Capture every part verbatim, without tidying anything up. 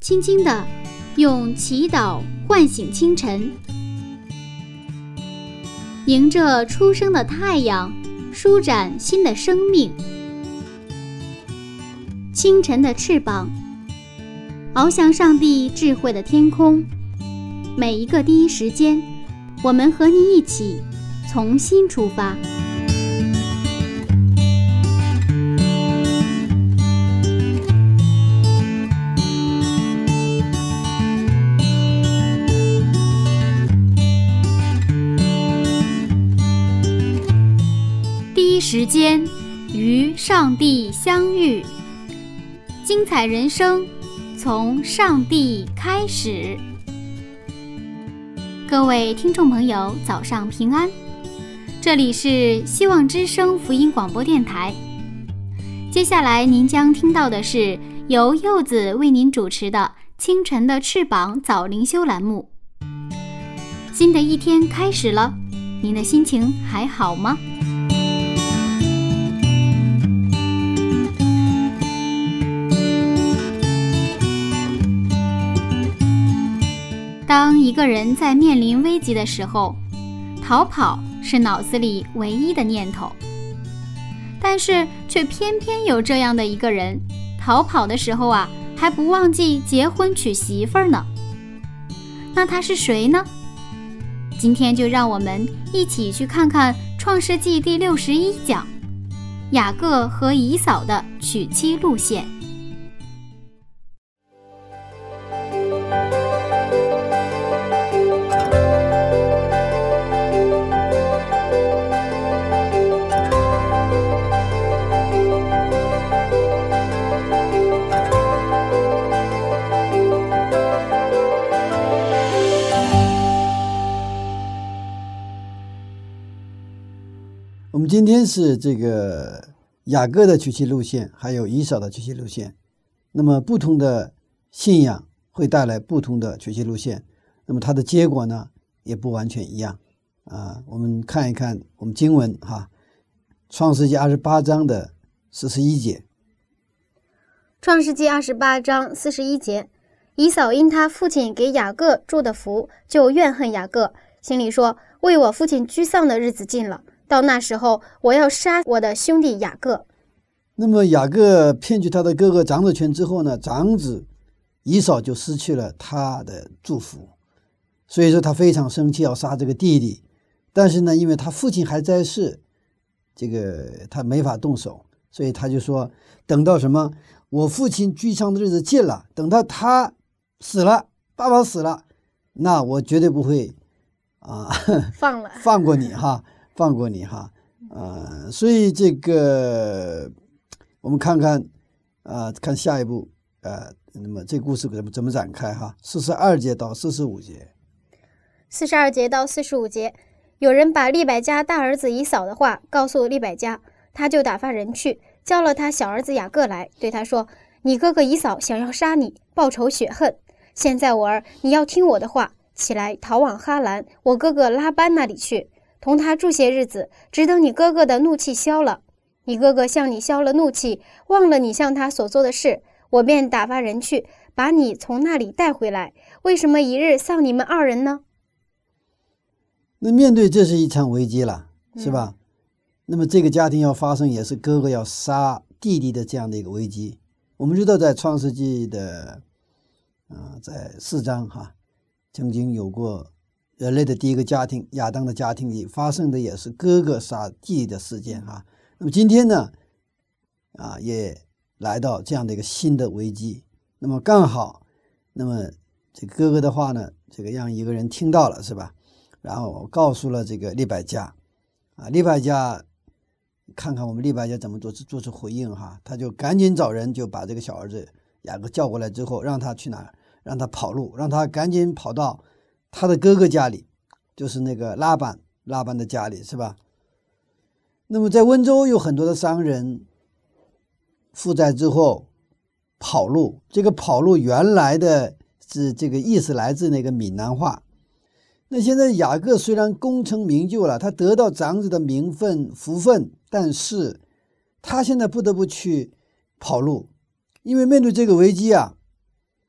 轻轻地用祈祷唤醒清晨，迎着初升的太阳，舒展新的生命。清晨的翅膀翱翔上帝智慧的天空，每一个第一时间，我们和你一起从新出发。第一时间与上帝相遇，精彩人生从上帝开始。各位听众朋友，早上平安，这里是希望之声福音广播电台。接下来您将听到的是由柚子为您主持的清晨的翅膀早灵修栏目。新的一天开始了，您的心情还好吗？当一个人在面临危急的时候，逃跑是脑子里唯一的念头，但是却偏偏有这样的一个人，逃跑的时候啊，还不忘记结婚娶媳妇儿呢。那他是谁呢？今天就让我们一起去看看创世纪第六十一讲，雅各和以扫的娶妻路线。 我们今天是这个雅各的娶妻路线，还有以扫的娶妻路线。那么不同的信仰会带来不同的娶妻路线，那么它的结果呢也不完全一样啊。我们看一看我们经文哈，创世纪二十八章的四十一节。 创世纪二十八章四十一节，以扫因他父亲给雅各祝的福，就怨恨雅各，心里说：为我父亲居丧的日子近了，到那时候我要杀我的兄弟雅各。 那么雅各骗取他的哥哥长子权之后呢，长子以扫就失去了他的祝福，所以说他非常生气，要杀这个弟弟。但是呢，因为他父亲还在世，这个他没法动手，所以他就说，等到什么我父亲居丧的日子近了，等到他死了，爸爸死了，那我绝对不会啊放了放过你哈放过你哈，呃，所以这个我们看看，呃，看下一步，呃，那么这个故事怎么怎么展开哈？四十二节到四十五节。 四十二节到四十五节，有人把利百加大儿子以扫的话告诉利百加，他就打发人去，叫了他小儿子雅各来，对他说：你哥哥以扫想要杀你，报仇雪恨。现在我儿，你要听我的话，起来逃往哈兰，我哥哥拉班那里去。同他住些日子，直等你哥哥的怒气消了。你哥哥向你消了怒气，忘了你向他所做的事，我便打发人去，把你从那里带回来。为什么一日丧你们二人呢？ 那面对这是一场危机了，是吧？嗯、那么这个家庭要发生也是哥哥要杀弟弟的这样的一个危机。我们知道在创世纪的，呃，在四章哈，曾经有过人类的第一个家庭亚当的家庭里发生的也是哥哥杀弟弟的事件哈。那么今天呢，啊，也来到这样的一个新的危机。那么刚好，那么这个哥哥的话呢，这个让一个人听到了，是吧？然后告诉了这个利百加，啊，利百加看看我们利百加怎么做做出回应哈，他就赶紧找人就把这个小儿子雅各叫过来之后，让他去哪儿？让他跑路，让他赶紧跑到他的哥哥家里，就是那个拉班拉班的家里，是吧？那么在温州有很多的商人负债之后跑路，这个跑路原来的是这个意思来自那个闽南话。那现在雅各虽然功成名就了，他得到长子的名分福分，但是他现在不得不去跑路，因为面对这个危机啊，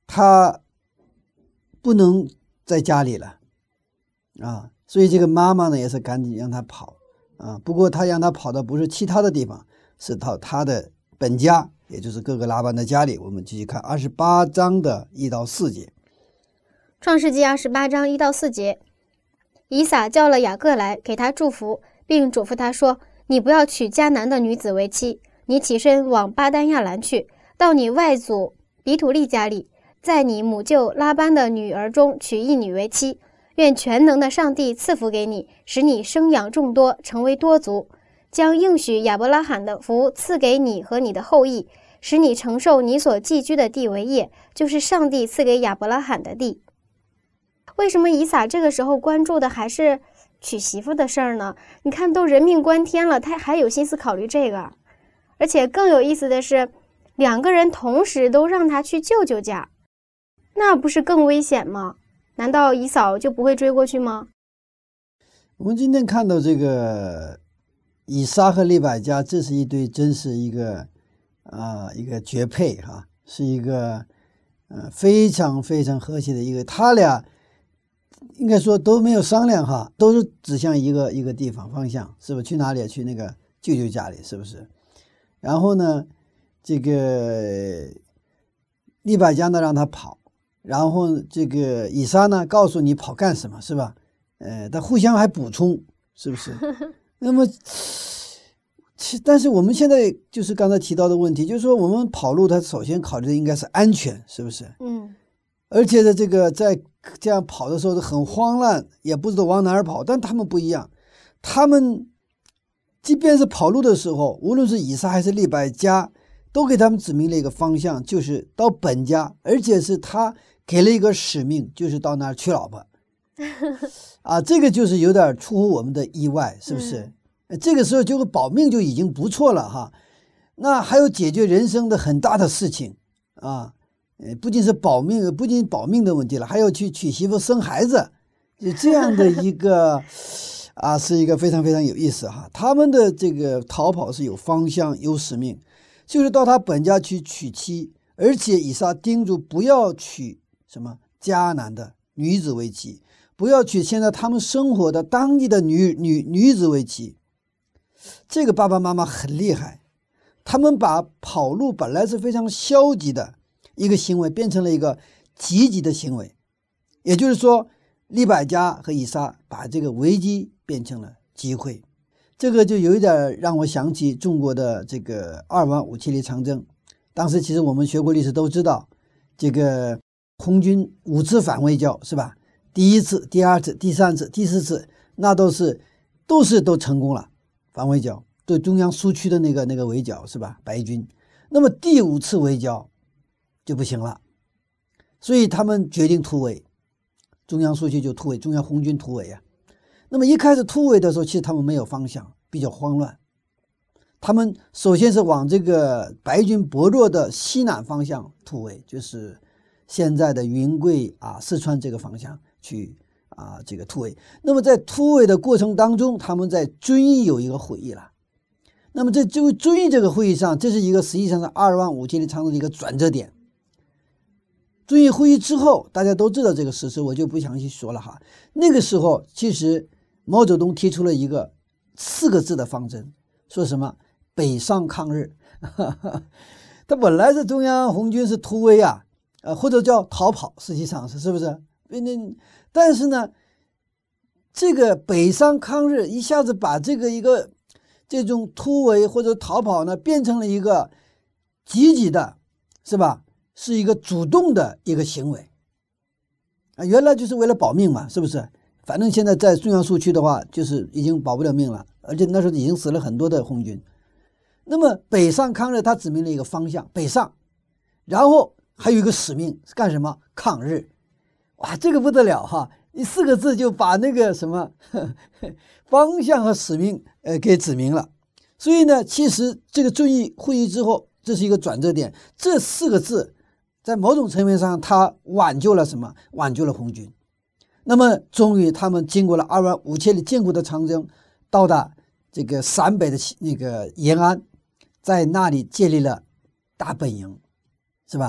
他不能在家里了啊，所以这个妈妈呢也是赶紧让他跑啊。不过他让他跑的不是其他的地方，是到他的本家，也就是哥哥拉班的家里。我们继续看二十八章的一到四节。 创世纪二十八章一到四节，以撒叫了雅各来，给他祝福，并嘱咐他说：“你不要娶迦南的女子为妻，你起身往巴丹亚兰去，到你外祖比土利家里，在你母舅拉班的女儿中娶一女为妻。愿全能的上帝赐福给你，使你生养众多，成为多族，将应许亚伯拉罕的福赐给你和你的后裔，使你承受你所寄居的地为业，就是上帝赐给亚伯拉罕的地。”为什么以撒这个时候关注的还是娶媳妇的事儿呢？你看都人命关天了，他还有心思考虑这个。而且更有意思的是，两个人同时都让他去舅舅家，那不是更危险吗？难道以扫就不会追过去吗？ 我们今天看到这个以撒和利百加，这是一对真是一个啊、呃、一个绝配哈、啊，是一个呃非常非常和谐的一个，他俩应该说都没有商量哈，都是指向一个一个地方方向，是不是？去哪里？去那个舅舅家里，是不是？然后呢，这个利百加呢让他跑，然后这个以撒呢告诉你跑干什么，是吧？呃，他互相还补充，是不是？那么，其但是我们现在就是刚才提到的问题，就是说我们跑路，他首先考虑的应该是安全，是不是？ 嗯。 而且的这个在这样跑的时候很慌乱，也不知道往哪儿跑。但他们不一样，他们即便是跑路的时候，无论是以撒还是利百加，都给他们指明了一个方向，就是到本家，而且是他给了一个使命，就是到那儿娶老婆。啊，这个就是有点出乎我们的意外，是不是？嗯、这个时候就会保命就已经不错了哈。那还有解决人生的很大的事情啊。呃，不仅是保命，不仅保命的问题了，还要去娶媳妇生孩子，就这样的一个啊，是一个非常非常有意思哈。他们的这个逃跑是有方向、有使命，就是到他本家去娶妻，而且以撒叮嘱不要娶什么迦南的女子为妻，不要娶现在他们生活的当地的女女女子为妻。这个爸爸妈妈很厉害，他们把跑路本来是非常消极的一个行为变成了一个积极的行为，也就是说利百加和以撒把这个危机变成了机会。这个就有一点让我想起中国的这个二万五千里长征。当时其实我们学过历史都知道，这个红军五次反围剿，是吧？第一次、第二次、第三次、第四次，那都是都是都成功了，反围剿对中央苏区的那个那个围剿，是吧？白军。那么第五次围剿就不行了，所以他们决定突围，中央苏区就突围，中央红军突围啊。那么一开始突围的时候，其实他们没有方向，比较慌乱。他们首先是往这个白军薄弱的西南方向突围，就是现在的云贵啊、四川这个方向去啊这个突围。那么在突围的过程当中，他们在遵义有一个会议了。那么在这个遵义这个会议上，这是一个实际上是二万五千里长征的一个转折点。遵义会议之后，大家都知道这个事实，我就不详细说了哈。那个时候，其实毛泽东提出了一个四个字的方针，说什么北上抗日。他本来是中央红军是突围啊，呃或者叫逃跑，实际上是是不是？那但是呢，这个北上抗日一下子把这个一个这种突围或者逃跑呢，变成了一个积极的，是吧？是一个主动的一个行为啊，原来就是为了保命嘛，是不是？反正现在在中央苏区的话，就是已经保不了命了，而且那时候已经死了很多的红军。那么北上抗日，它指明了一个方向，北上，然后还有一个使命是干什么？抗日。哇，这个不得了哈！一四个字就把那个什么呵呵方向和使命呃给指明了。所以呢，其实这个遵义会议之后，这是一个转折点。这四个字在某种层面上，它挽救了什么？挽救了红军。那么，终于他们经过了二万五千里艰苦的长征，到达这个陕北的那个延安，在那里建立了大本营，是吧？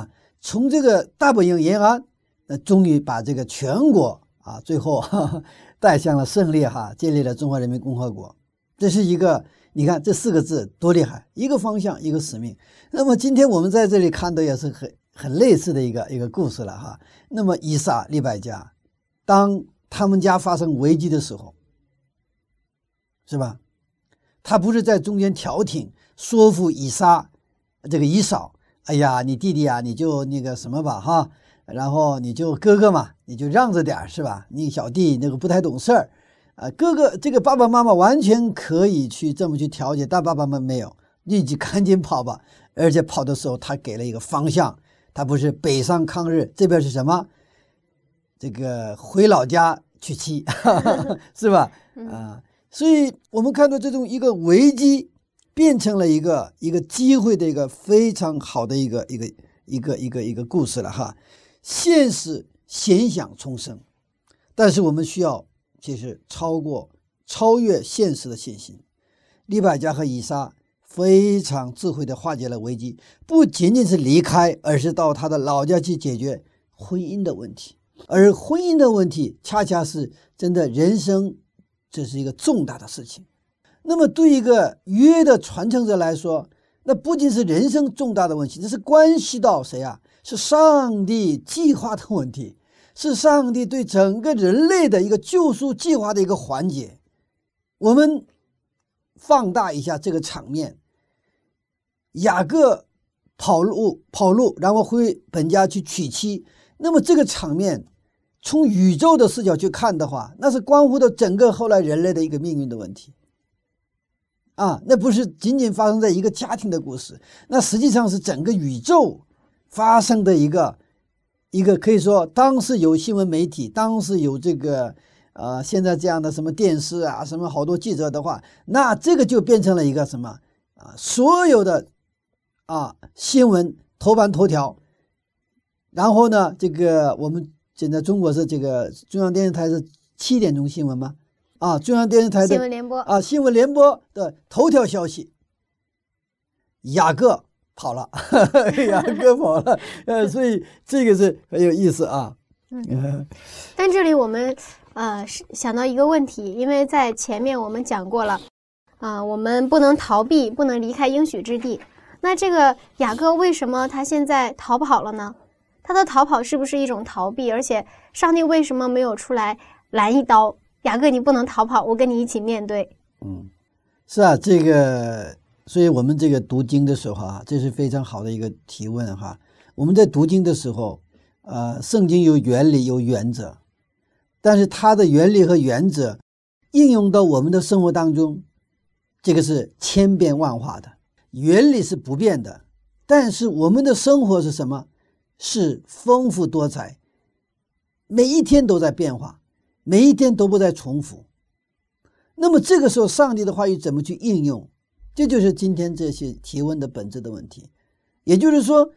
从这个大本营延安，那终于把这个全国啊，最后哈哈带向了胜利哈，建立了中华人民共和国。这是一个，你看这四个字多厉害，一个方向，一个使命。那么今天我们在这里看的也是很很类似的一个一个故事了哈。那么以撒、利百加，当他们家发生危机的时候，是吧？他不是在中间调停说服以撒这个以扫，哎呀，你弟弟啊，你就那个什么吧哈，然后你就哥哥嘛，你就让着点是吧？你小弟那个不太懂事儿啊，哥哥这个爸爸妈妈完全可以去这么去调解，但爸爸们没有，立即赶紧跑吧。而且跑的时候他给了一个方向，他不是北上抗日，这边是什么？这个回老家娶妻，是吧？啊。所以我们看到这种一个危机变成了一个一个机会的一个非常好的一个一个一个一个一个故事了哈。现实险象丛生，但是我们需要其实超过超越现实的信心。利百加和以撒非常智慧的化解了危机，不仅仅是离开，而是到他的老家去解决婚姻的问题。而婚姻的问题恰恰是真的人生，这是一个重大的事情。那么对一个约的传承者来说，那不仅是人生重大的问题，这是关系到谁啊？是上帝计划的问题，是上帝对整个人类的一个救赎计划的一个环节。我们放大一下这个场面，雅各跑路跑路，然后回本家去娶妻，那么这个场面从宇宙的视角去看的话，那是关乎到整个后来人类的一个命运的问题啊，那不是仅仅发生在一个家庭的故事，那实际上是整个宇宙发生的一个一个可以说，当时有新闻媒体，当时有这个呃现在这样的什么电视啊，什么好多记者的话，那这个就变成了一个什么啊，所有的啊新闻头版头条，然后呢，这个我们现在中国是这个中央电视台是七点钟新闻吗？啊，中央电视台的新闻联播啊，新闻联播的头条消息，雅各跑了，雅各跑了，呃，所以这个是很有意思啊。 嗯，但这里我们呃想到一个问题，因为在前面我们讲过了，啊、呃，我们不能逃避，不能离开应许之地。那这个雅各为什么他现在逃跑了呢？他的逃跑是不是一种逃避？而且上帝为什么没有出来拦一刀？雅各，你不能逃跑，我跟你一起面对。 嗯，是啊，这个，所以我们这个读经的时候啊，这是非常好的一个提问哈。我们在读经的时候，呃，圣经有原理有原则，但是它的原理和原则应用到我们的生活当中，这个是千变万化的，原理是不变的，但是我们的生活是什么？是丰富多彩，每一天都在变化，每一天都不再重复。那么这个时候上帝的话语怎么去应用，这就是今天这些提问的本质的问题。也就是说，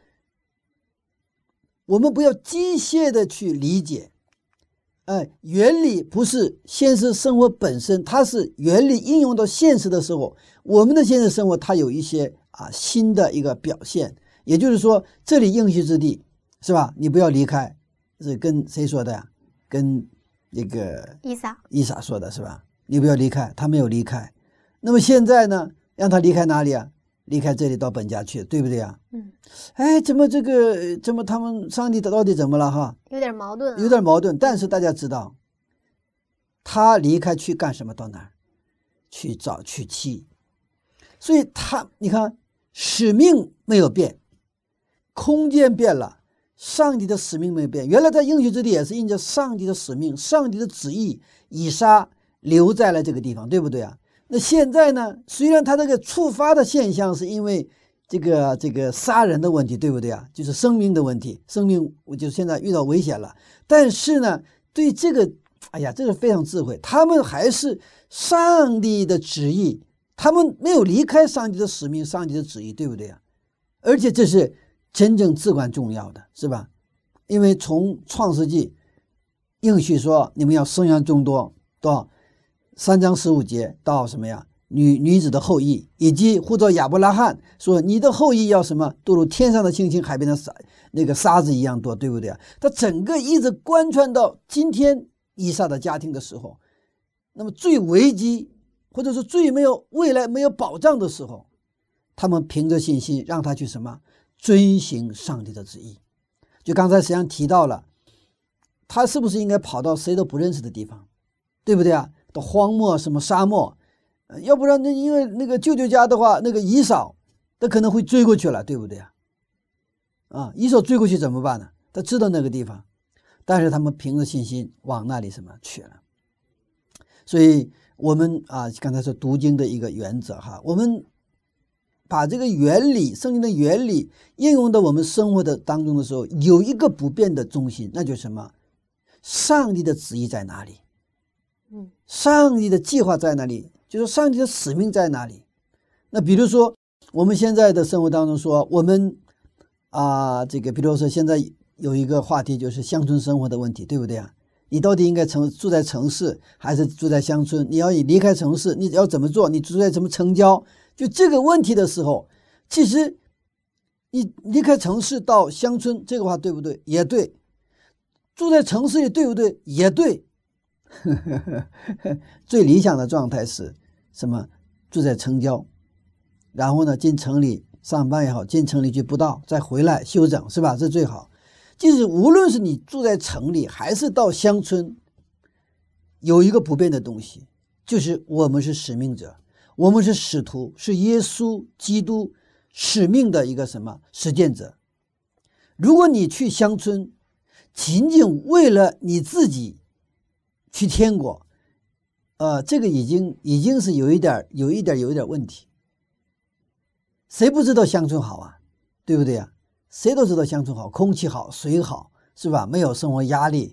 我们不要机械的去理解，哎，原理不是现实生活本身，它是原理应用到现实的时候，我们的现实生活它有一些啊新的一个表现。也就是说，这里应许之地是吧？你不要离开，是跟谁说的呀？跟那个以撒， 以撒说的是吧？你不要离开，他没有离开。那么现在呢，让他离开哪里啊？离开这里到本家去，对不对啊？ 嗯， 哎，怎么这个怎么他们上帝到底怎么了哈？ 有点矛盾、啊， 有点矛盾。但是大家知道，他离开去干什么？到哪儿？去找娶妻。所以他你看，使命没有变，空间变了，上帝的使命没有变。原来在应许之地也是印着上帝的使命，上帝的旨意，以撒留在了这个地方，对不对啊？那现在呢，虽然他这个触发的现象是因为这个这个杀人的问题，对不对啊？就是生命的问题，生命我就现在遇到危险了。但是呢，对这个，哎呀，这个非常智慧，他们还是上帝的旨意，他们没有离开上帝的使命，上帝的旨意，对不对啊？而且这是真正至关重要的，是吧？因为从创世纪应许说你们要生养众多，到三章十五节到什么呀？ 女女子的后裔，以及呼召亚伯拉罕说你的后裔要什么，都如天上的星星，海边的沙那个沙子一样多，对不对啊？他整个一直贯穿到今天以撒的家庭的时候，那么最危机或者说最没有未来没有保障的时候，他们凭着信心让他去什么遵行上帝的旨意。就刚才实际上提到了，他是不是应该跑到谁都不认识的地方，对不对啊？到荒漠什么沙漠，要不然那因为那个舅舅家的话，那个以扫他可能会追过去了，对不对啊？啊，以扫追过去怎么办呢？他知道那个地方，但是他们凭着信心往那里什么去了。所以我们啊，刚才说读经的一个原则哈，我们把这个原理，圣经的原理应用到我们生活的当中的时候，有一个不变的中心，那就是什么？上帝的旨意在哪里？ 嗯， 上帝的计划在哪里？就是上帝的使命在哪里？那比如说我们现在的生活当中说，我们啊，这个比如说现在有一个话题就是乡村生活的问题，对不对啊？你到底应该城住在城市还是住在乡村？你要离开城市，你要怎么做？你住在什么城郊？就这个问题的时候，其实你离开城市到乡村，这个话对不对？也对。住在城市里对不对？也对。最理想的状态是什么？住在城郊，然后呢进城里上班也好，进城里去布道，再回来休整，是吧？这最好。就是无论是你住在城里还是到乡村，有一个不变的东西，就是我们是使命者，我们是使徒，是耶稣基督使命的一个什么实践者。如果你去乡村仅仅为了你自己去天国，呃，这个已经已经是有一点有一点有一点问题。谁不知道乡村好啊？对不对啊？谁都知道乡村好，空气好，水好，是吧？没有生活压力。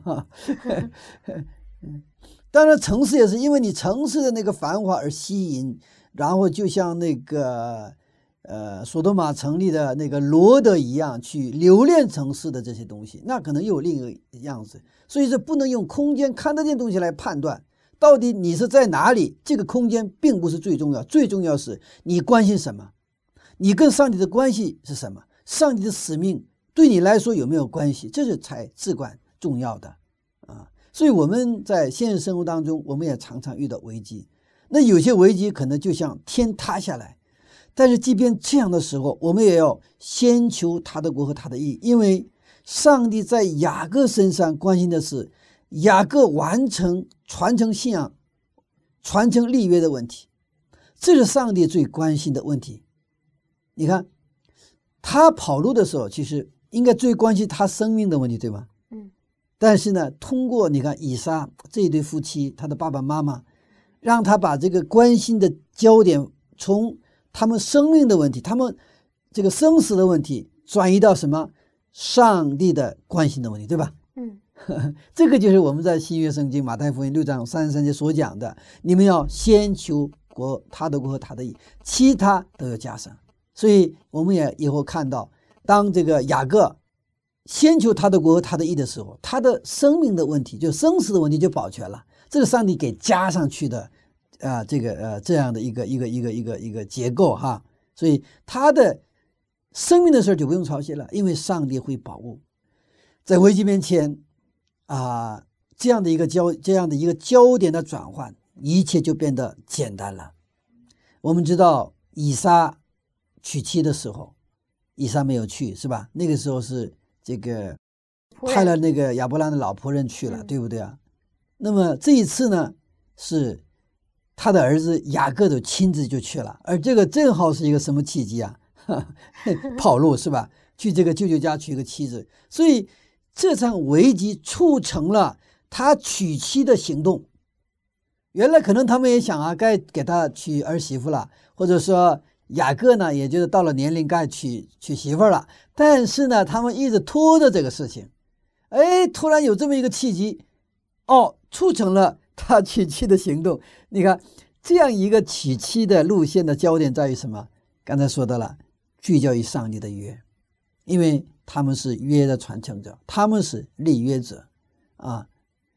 当然城市也是因为你城市的那个繁华而吸引，然后就像那个呃索多玛城里的那个罗德一样去留恋城市的这些东西，那可能又有另一个样子。所以这不能用空间看得见东西来判断到底你是在哪里。这个空间并不是最重要，最重要是你关心什么，你跟上帝的关系是什么，上帝的使命对你来说有没有关系，这是才至关重要的啊。所以我们在现实生活当中，我们也常常遇到危机。那有些危机可能就像天塌下来，但是即便这样的时候，我们也要先求他的国和他的义，因为上帝在雅各身上关心的是雅各完成传承信仰、传承立约的问题，这是上帝最关心的问题。你看他跑路的时候，其实应该最关心他生命的问题，对吧？ 嗯。 但是呢，通过你看以撒这一对夫妻，他的爸爸妈妈，让他把这个关心的焦点从他们生命的问题、他们这个生死的问题，转移到什么？上帝的关心的问题，对吧？ 嗯， 这个就是我们在新约圣经马太福音六章三十三节所讲的，你们要先求国，他的国和他的义，其他都要加上。所以我们也以后看到，当这个雅各先求他的国和他的义的时候，他的生命的问题，就生死的问题就保全了。这是上帝给加上去的啊、呃，这个呃这样的一个一个一个一个一个结构哈。所以他的生命的事就不用操心了，因为上帝会保护。在危机面前啊、呃，这样的一个焦这样的一个焦点的转换，一切就变得简单了。我们知道以撒娶妻的时候，以撒没有去，是吧？那个时候是这个派了那个亚伯兰的老仆人去了，对不对啊？那么这一次呢，是他的儿子雅各的亲自就去了，而这个正好是一个什么契机啊？跑路是吧？去这个舅舅家娶一个妻子，所以这场危机促成了他娶妻的行动。原来可能他们也想啊，该给他娶儿媳妇了，或者说雅各呢，也就是到了年龄该娶娶媳妇了，但是呢，他们一直拖着这个事情。哎，突然有这么一个契机，哦，促成了他娶妻的行动。你看，这样一个娶妻的路线的焦点在于什么？刚才说到了，聚焦于上帝的约，因为他们是约的传承者，他们是立约者啊。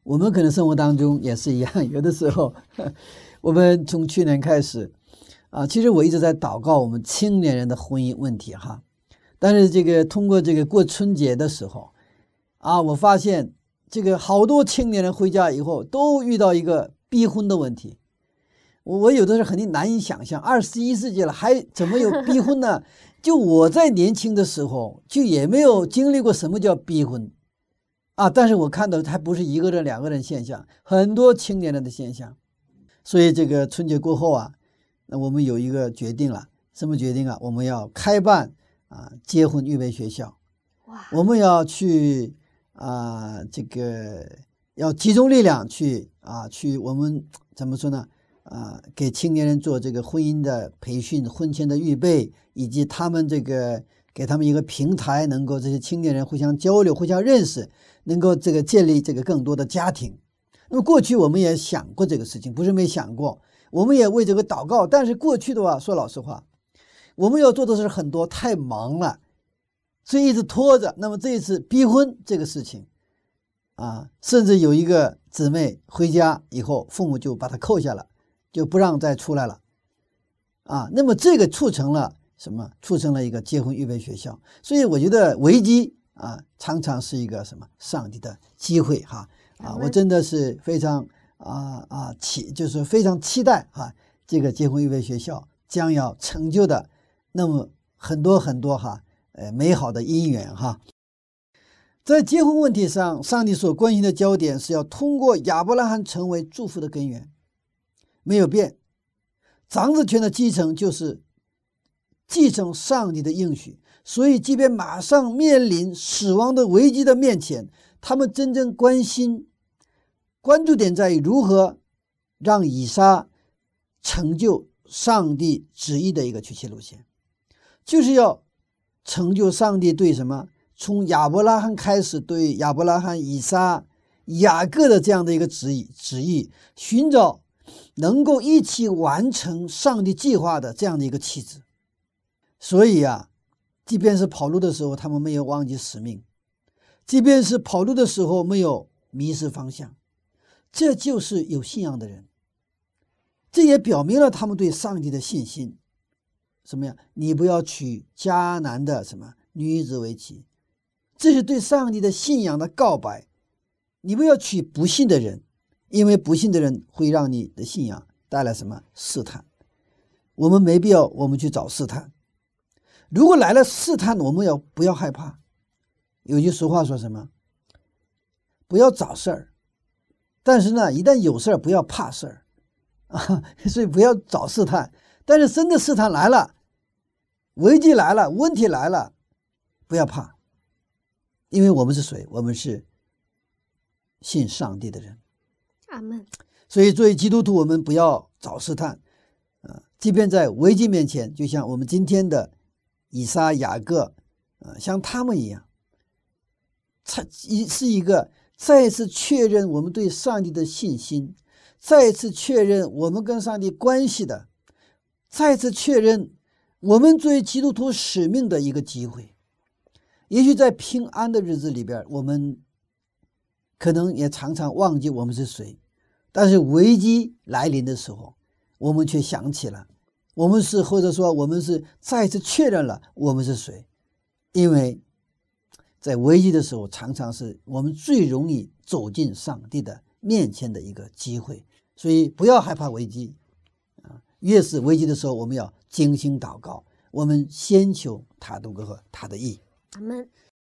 我们可能生活当中也是一样，有的时候我们从去年开始啊，其实我一直在祷告我们青年人的婚姻问题哈。但是这个通过这个过春节的时候啊，我发现这个好多青年人回家以后都遇到一个逼婚的问题。我我有的时候很难以想象，二十一世纪了还怎么有逼婚呢？就我在年轻的时候就也没有经历过什么叫逼婚啊，但是我看到还不是一个人两个人现象，很多青年人的现象。所以这个春节过后啊，那我们有一个决定了，什么决定啊？我们要开办啊结婚预备学校， 哇， 我们要去啊这个要集中力量去啊去我们怎么说呢？啊，给青年人做这个婚姻的培训、婚前的预备，以及他们这个给他们一个平台，能够这些青年人互相交流、互相认识，能够这个建立这个更多的家庭。那么过去我们也想过这个事情，不是没想过，我们也为这个祷告。但是过去的话，说老实话，我们要做的事很多，太忙了，所以一直拖着。那么这一次逼婚这个事情啊，甚至有一个姊妹回家以后，父母就把她扣下了。就不让再出来了啊，那么这个促成了什么？促成了一个结婚预备学校。所以我觉得危机啊，常常是一个什么？上帝的机会哈啊！我真的是非常啊啊期，就是非常期待哈，这个结婚预备学校将要成就的那么很多很多哈呃美好的姻缘哈。在结婚问题上，上帝所关心的焦点是要通过亚伯拉罕成为祝福的根源。没有变，长子权的继承就是继承上帝的应许，所以即便马上面临死亡的危机的面前，他们真正关心关注点在于如何让以撒成就上帝旨意的一个曲奇路线，就是要成就上帝对什么从亚伯拉罕开始对亚伯拉罕、以撒、雅各的这样的一个旨意旨意，寻找能够一起完成上帝计划的这样的一个妻子。所以啊，即便是跑路的时候他们没有忘记使命，即便是跑路的时候没有迷失方向，这就是有信仰的人。这也表明了他们对上帝的信心。什么呀？你不要娶迦南的什么女子为妻，这是对上帝的信仰的告白。你不要娶不信的人，因为不信的人会让你的信仰带来什么试探。我们没必要我们去找试探，如果来了试探，我们要不要害怕？有句俗话说什么？不要找事儿，但是呢，一旦有事儿不要怕事儿啊，所以不要找试探。但是真的试探来了，危机来了，问题来了，不要怕，因为我们是谁？我们是信上帝的人。 阿们。 所以作为基督徒，我们不要找试探啊，即便在危机面前，就像我们今天的以撒、雅各啊，像他们一样，它是一个再一次确认我们对上帝的信心，再一次确认我们跟上帝关系的，再一次确认我们作为基督徒使命的一个机会。也许在平安的日子里边，我们可能也常常忘记我们是谁，但是危机来临的时候，我们却想起了我们是，或者说我们是再次确认了我们是谁。因为在危机的时候，常常是我们最容易走进上帝的面前的一个机会。所以不要害怕危机啊！越是危机的时候，我们要精心祷告，我们先求他的国和他的义。 阿们。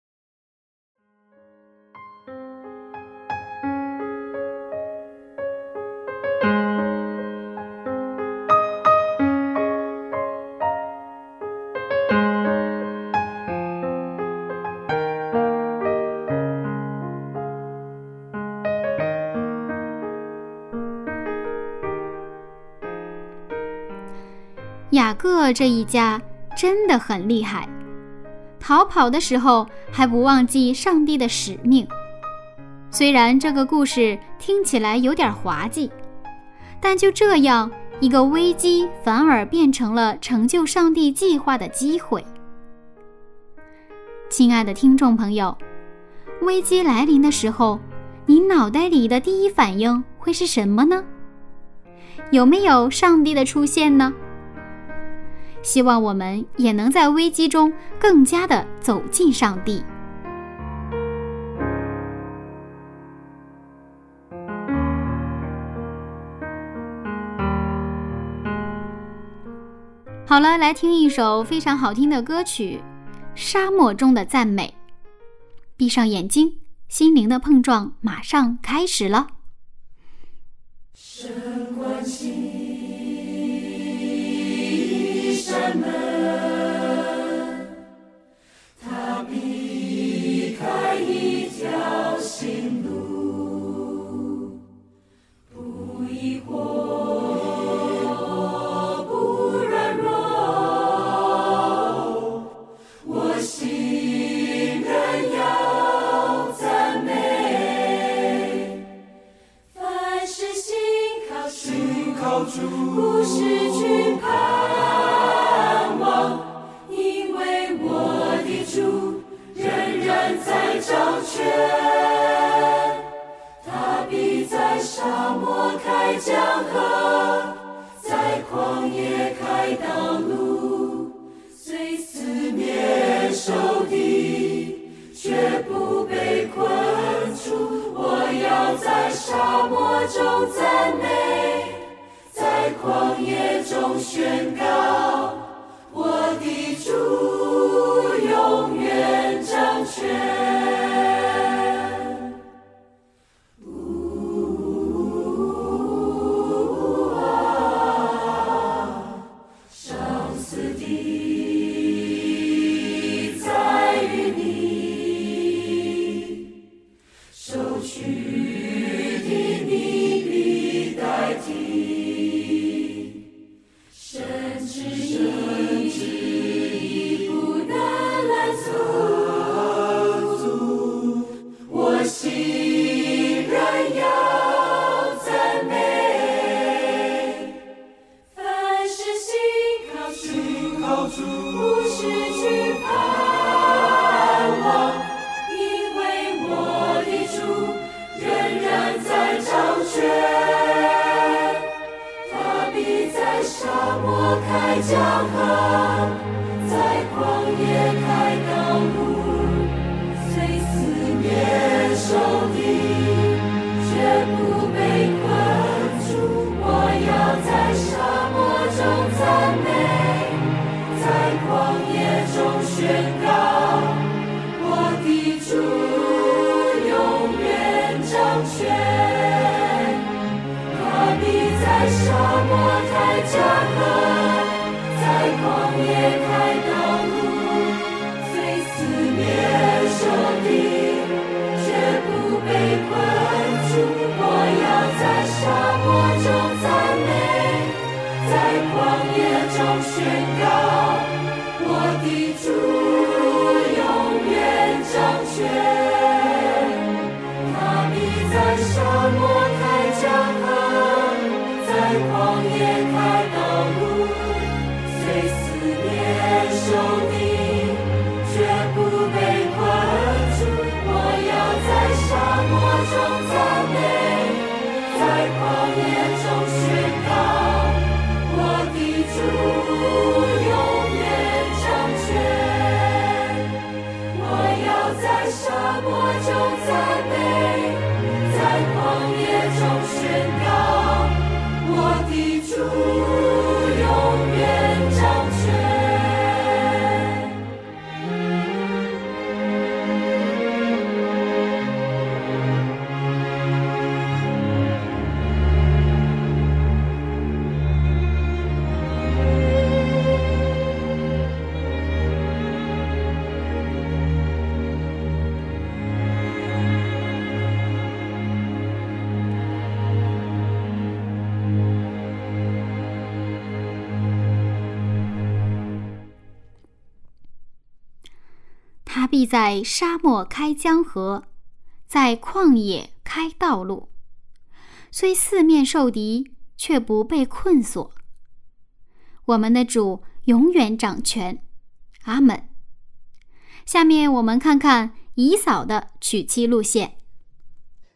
雅各这一家真的很厉害，逃跑的时候还不忘记上帝的使命。虽然这个故事听起来有点滑稽，但就这样，一个危机反而变成了成就上帝计划的机会。亲爱的听众朋友，危机来临的时候， 你脑袋里的第一反应会是什么呢？有没有上帝的出现呢？希望我们也能在危机中更加的走进上帝。好了，来听一首非常好听的歌曲《沙漠中的赞美》。闭上眼睛，心灵的碰撞马上开始了。 神关起山门，他避开一条新路，不疑惑不失去盼望，因为我的主仍然在掌权，他必在沙漠开江河，在旷野开道路，虽四面受敌，却不被困住。我要在沙漠中赞美，在旷野中宣告，我的主永远掌权。生死的在于你，受屈的你必代替。开江河，在旷野开道路，虽四面受敌，却不被困住。我要在沙漠中赞美，在旷野中宣告，我的主永远掌权，他必在沙漠开江河，在旷野开道路，虽四面受敌，却不被困住。我要在沙漠中赞美，在旷野中宣告，我的主永远掌权，他必在沙漠开江河，在旷野开道路，虽四面受敌，却不被困住。我要在沙漠中赞美，在旷野中宣告，我的主永远掌权。我要在沙漠中赞美，在旷野中宣告，我的主永远掌权。 他必在沙漠开江河，在旷野开道路，虽四面受敌，却不被困锁。我们的主永远掌权，阿们。下面我们看看以扫的娶妻路线。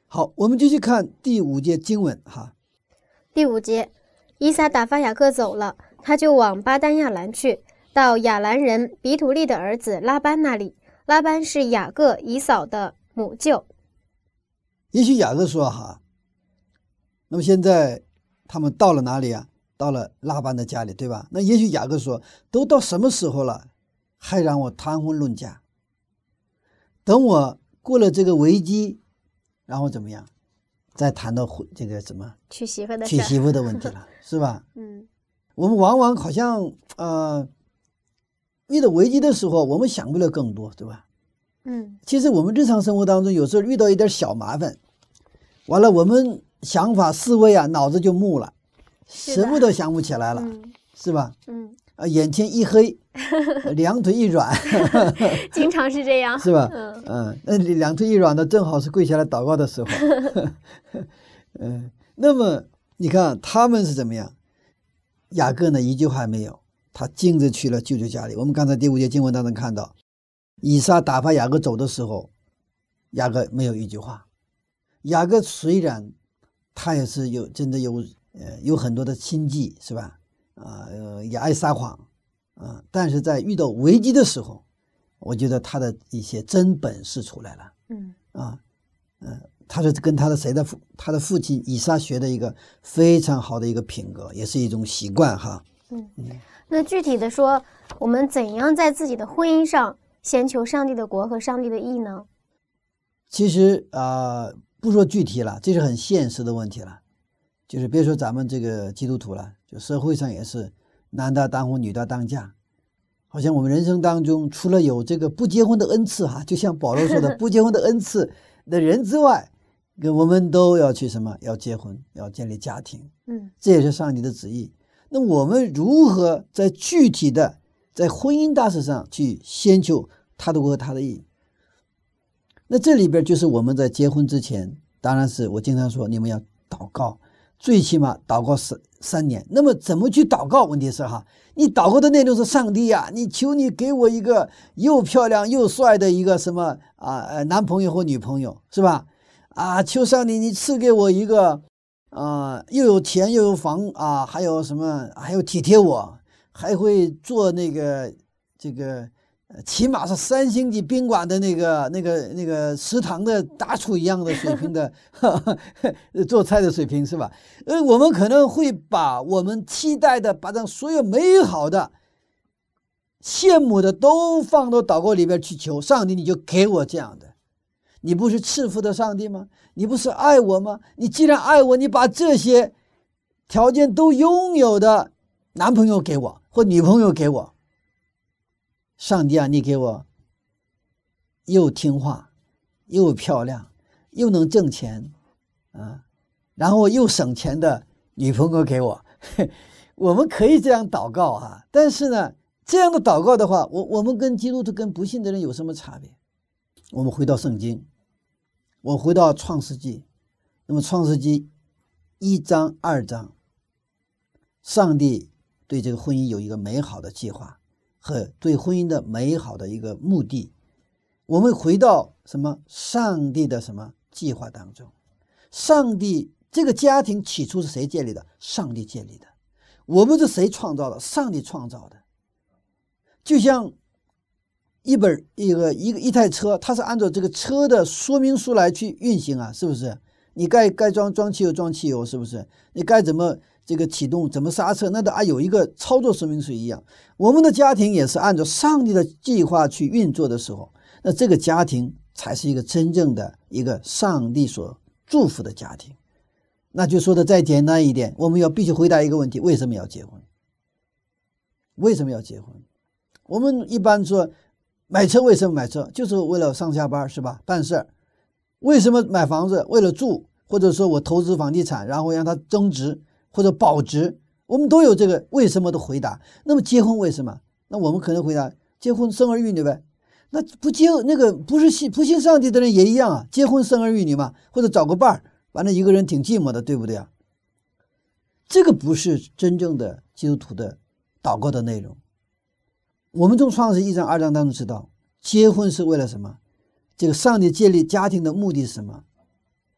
好，我们继续看第五节经文哈。 第五节，以撒打发雅各走了，他就往巴丹亚兰去，到亚兰人比土利的儿子拉班那里。拉班是雅各以扫的母舅。 也许雅各说哈，那么现在他们到了哪里啊？到了拉班的家里，对吧？那也许雅各说，都到什么时候了，还让我谈婚论嫁？等我过了这个危机，然后怎么样？再谈到这个什么娶媳妇的娶媳妇的问题了，是吧？ 嗯， 我们往往好像呃，遇到危机的时候，我们想不了更多，对吧？ 嗯， 其实我们日常生活当中，有时候遇到一点小麻烦，完了我们想法思维啊，脑子就木了，什么都想不起来了， 嗯、 是吧？ 嗯， 啊，眼前一黑，两腿一软， 经常是这样， 是吧？ 嗯嗯，那两腿一软的，正好是跪下来祷告的时候。嗯，那么你看他们是怎么样？雅各呢，一句话没有，他径直去了舅舅家里。我们刚才第五节经文当中看到，以撒打发雅各走的时候，雅各没有一句话。雅各虽然他也是有真的有呃有很多的心计，是吧？啊、呃，也爱撒谎啊、呃，但是在遇到危机的时候，我觉得他的一些真本事出来了。 嗯啊，嗯、呃，他是跟他的谁的父，他的父亲以撒学的一个非常好的一个品格，也是一种习惯哈。 嗯，那具体的说，我们怎样在自己的婚姻上先求上帝的国和上帝的义呢？ 其实啊、呃，不说具体了，这是很现实的问题了。就是别说咱们这个基督徒了，就社会上也是男的当婚，女的当嫁。好像我们人生当中，除了有这个不结婚的恩赐哈，就像保罗说的，不结婚的恩赐的人之外，我们都要去什么？要结婚，要建立家庭。 嗯， 这也是上帝的旨意。那我们如何在具体的在婚姻大事上去先求他的国和他的义？那这里边就是我们在结婚之前，当然是我经常说，你们要祷告，最起码祷告三三年。那么怎么去祷告？问题是哈，你祷告的内容是上帝呀、啊，你求你给我一个又漂亮又帅的一个什么啊呃男朋友或女朋友，是吧？啊，求上帝你赐给我一个啊、呃、又有钱又有房啊，还有什么还有体贴我，还会做那个这个。起码是三星级宾馆的那个、那个、那个食堂的大厨一样的水平的呵呵做菜的水平，是吧？呃，我们可能会把我们期待的，把这所有美好的、羡慕的都放到祷告里边去求上帝，你就给我这样的。你不是赐福的上帝吗？你不是爱我吗？你既然爱我，你把这些条件都拥有的男朋友给我，或女朋友给我。上帝啊，你给我又听话又漂亮又能挣钱啊，然后又省钱的女朋友给我。我们可以这样祷告啊，但是呢，这样的祷告的话，我我们跟基督徒跟不信的人有什么差别？我们回到圣经，我回到创世纪，那么创世纪一章二章，上帝对这个婚姻有一个美好的计划和对婚姻的美好的一个目的。我们回到什么？上帝的什么计划当中？上帝这个家庭起初是谁建立的？上帝建立的。我们是谁创造的？上帝创造的。就像一本一个一个一台车，它是按照这个车的说明书来去运行啊，是不是？你该该装装汽油装汽油，是不是？你该怎么这个启动，怎么刹车，那都啊有一个操作说明书一样。我们的家庭也是按照上帝的计划去运作的时候，那这个家庭才是一个真正的一个上帝所祝福的家庭。那就说的再简单一点，我们要必须回答一个问题：为什么要结婚？为什么要结婚？我们一般说买车，为什么买车？就是为了上下班，是吧？办事儿。为什么买房子？为了住，或者说我投资房地产，然后让它增值或者保值，我们都有这个为什么的回答。那么结婚为什么？那我们可能回答结婚生儿育女呗。那不结那个不是信不信上帝的人也一样啊，结婚生儿育女嘛，或者找个伴儿，完了一个人挺寂寞的，对不对啊？这个不是真正的基督徒的祷告的内容。我们从创世一章二章当中知道，结婚是为了什么？这个上帝建立家庭的目的是什么？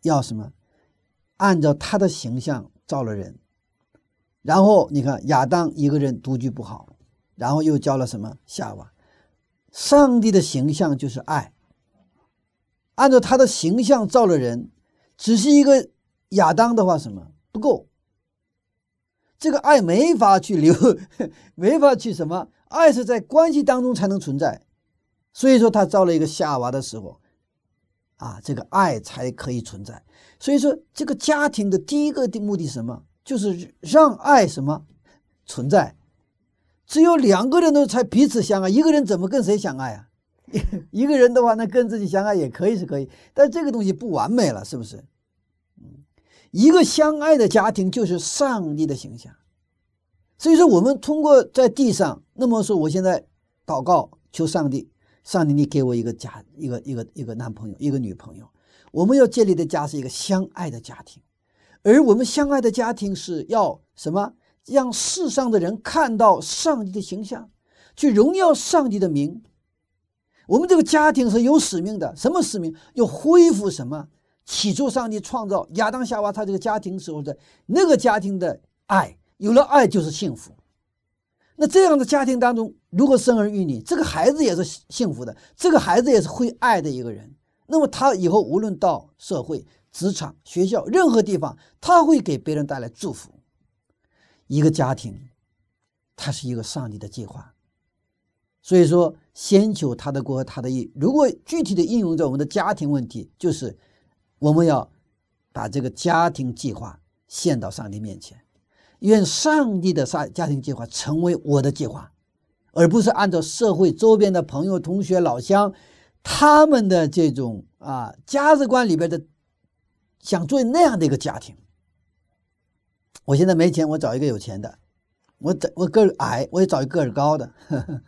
要什么？按照他的形象造了人。然后你看亚当一个人独居不好，然后又教了什么？夏娃。上帝的形象就是爱，按照他的形象造了人，只是一个亚当的话什么不够，这个爱没法去留，没法去什么，爱是在关系当中才能存在。所以说他造了一个夏娃的时候啊，这个爱才可以存在。所以说这个家庭的第一个的目的是什么？就是让爱什么存在。只有两个人都才彼此相爱，一个人怎么跟谁相爱啊？一个人的话，那跟自己相爱也可以是可以，但这个东西不完美了，是不是？一个相爱的家庭就是上帝的形象。所以说我们通过在地上，那么说我现在祷告求上帝，上帝你给我一个家，一个一个一个男朋友，一个女朋友。我们要建立的家是一个相爱的家庭，而我们相爱的家庭是要什么？让世上的人看到上帝的形象，去荣耀上帝的名。我们这个家庭是有使命的，什么使命？要恢复什么？起初上帝创造亚当夏娃他这个家庭时候的那个家庭的爱，有了爱就是幸福。那这样的家庭当中，如果生儿育女，这个孩子也是幸福的，这个孩子也是会爱的一个人，那么他以后无论到社会、职场、学校任何地方，他会给别人带来祝福。一个家庭它是一个上帝的计划，所以说先求他的国和他的义。如果具体的应用在我们的家庭问题，就是我们要把这个家庭计划献到上帝面前，愿上帝的家庭计划成为我的计划，而不是按照社会周边的朋友、同学、老乡他们的这种啊价值观里边的想做那样的一个家庭。我现在没钱，我找一个有钱的；我我个儿矮，我也找一个个儿高的。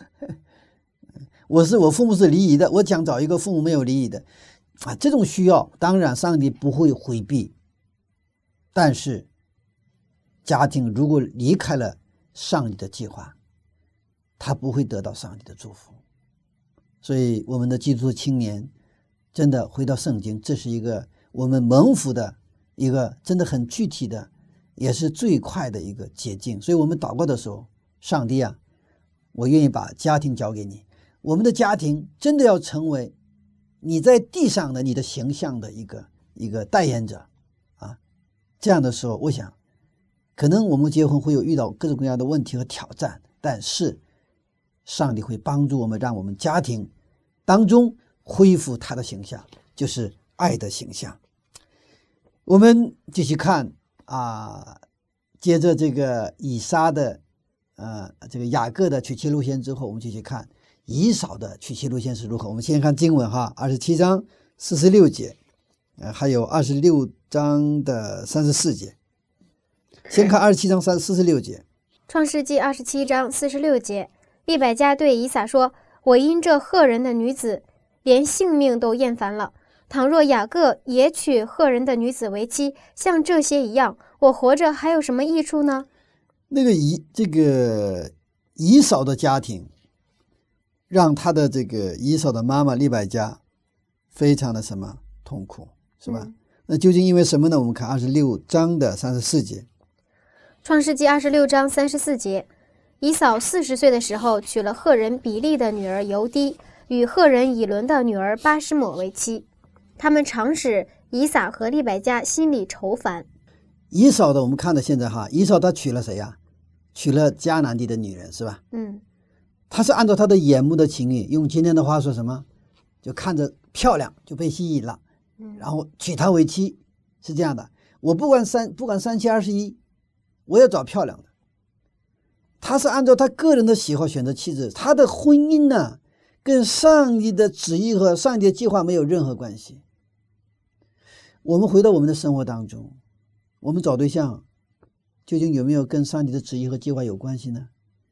我是我父母是离异的，我想找一个父母没有离异的啊。这种需要，当然上帝不会回避，但是家庭如果离开了上帝的计划，他不会得到上帝的祝福。所以我们的基督徒青年真的回到圣经，这是一个我们蒙福的一个真的很具体的，也是最快的一个捷径。所以我们祷告的时候，上帝啊，我愿意把家庭交给你，我们的家庭真的要成为你在地上的你的形象的一个一个代言者啊。这样的时候，我想可能我们结婚会有遇到各种各样的问题和挑战，但是上帝会帮助我们，让我们家庭当中恢复他的形象，就是爱的形象。我们继续看啊，接着这个以撒的呃这个雅各的娶妻路线之后，我们继续看以扫的娶妻路线是如何。我们先看经文哈，二十七章四十六节，呃，还有二十六章的三十四节。先看二十七章三四十六节。 创世纪二十七章四十六节，利百加对以撒说：“我因这赫人的女子，连性命都厌烦了。倘若雅各也娶赫人的女子为妻，像这些一样，我活着还有什么益处呢？” 那个以这个以扫的家庭，让他的这个以扫的妈妈利百加非常的什么痛苦，是吧？嗯、那究竟因为什么呢？我们看二十六章的三十四节。 创世纪二十六章三十四节，以扫四十岁的时候娶了赫人比利的女儿犹低，与赫人以伦的女儿巴施抹为妻。他们常使以撒和利百加心里愁烦。 以扫的我们看到现在哈，以扫他娶了谁呀？娶了迦南地的女人，是吧？ 嗯， 他是按照他的眼目的情欲，用今天的话说什么，就看着漂亮就被吸引了， 嗯、 然后娶她为妻，是这样的。我不管三不管三七二十一，我要找漂亮的。他是按照他个人的喜好选择妻子，他的婚姻呢，跟上帝的旨意和上帝的计划没有任何关系。我们回到我们的生活当中，我们找对象究竟有没有跟上帝的旨意和计划有关系呢？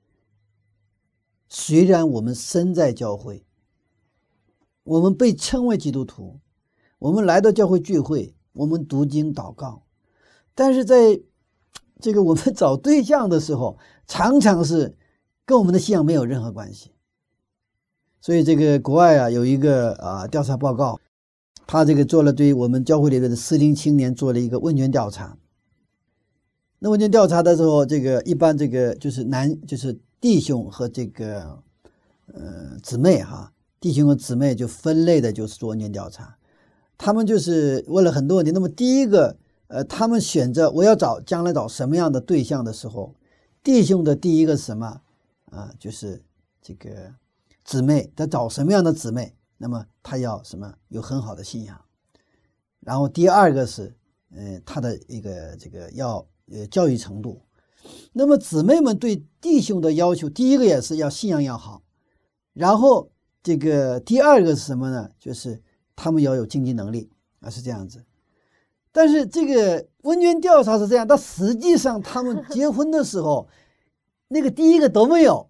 虽然我们身在教会，我们被称为基督徒，我们来到教会聚会，我们读经祷告，但是在这个我们找对象的时候，常常是跟我们的信仰没有任何关系。所以这个国外啊有一个啊调查报告， 他这个做了对我们教会里面的适龄青年做了一个问卷调查。那问卷调查的时候，这个一般这个就是男就是弟兄和这个呃姊妹哈，弟兄和姊妹就分类的就是做问卷调查。他们就是问了很多问题。那么第一个呃，他们选择我要找将来找什么样的对象的时候，弟兄的第一个是什么啊？就是这个姊妹，他找什么样的姊妹？那么他要什么？有很好的信仰。然后第二个是，呃，他的一个这个要呃教育程度。那么姊妹们对弟兄的要求，第一个也是要信仰要好，然后这个第二个是什么呢？就是他们要有经济能力啊，是这样子。但是这个问卷调查是这样，但实际上他们结婚的时候，那个第一个都没有。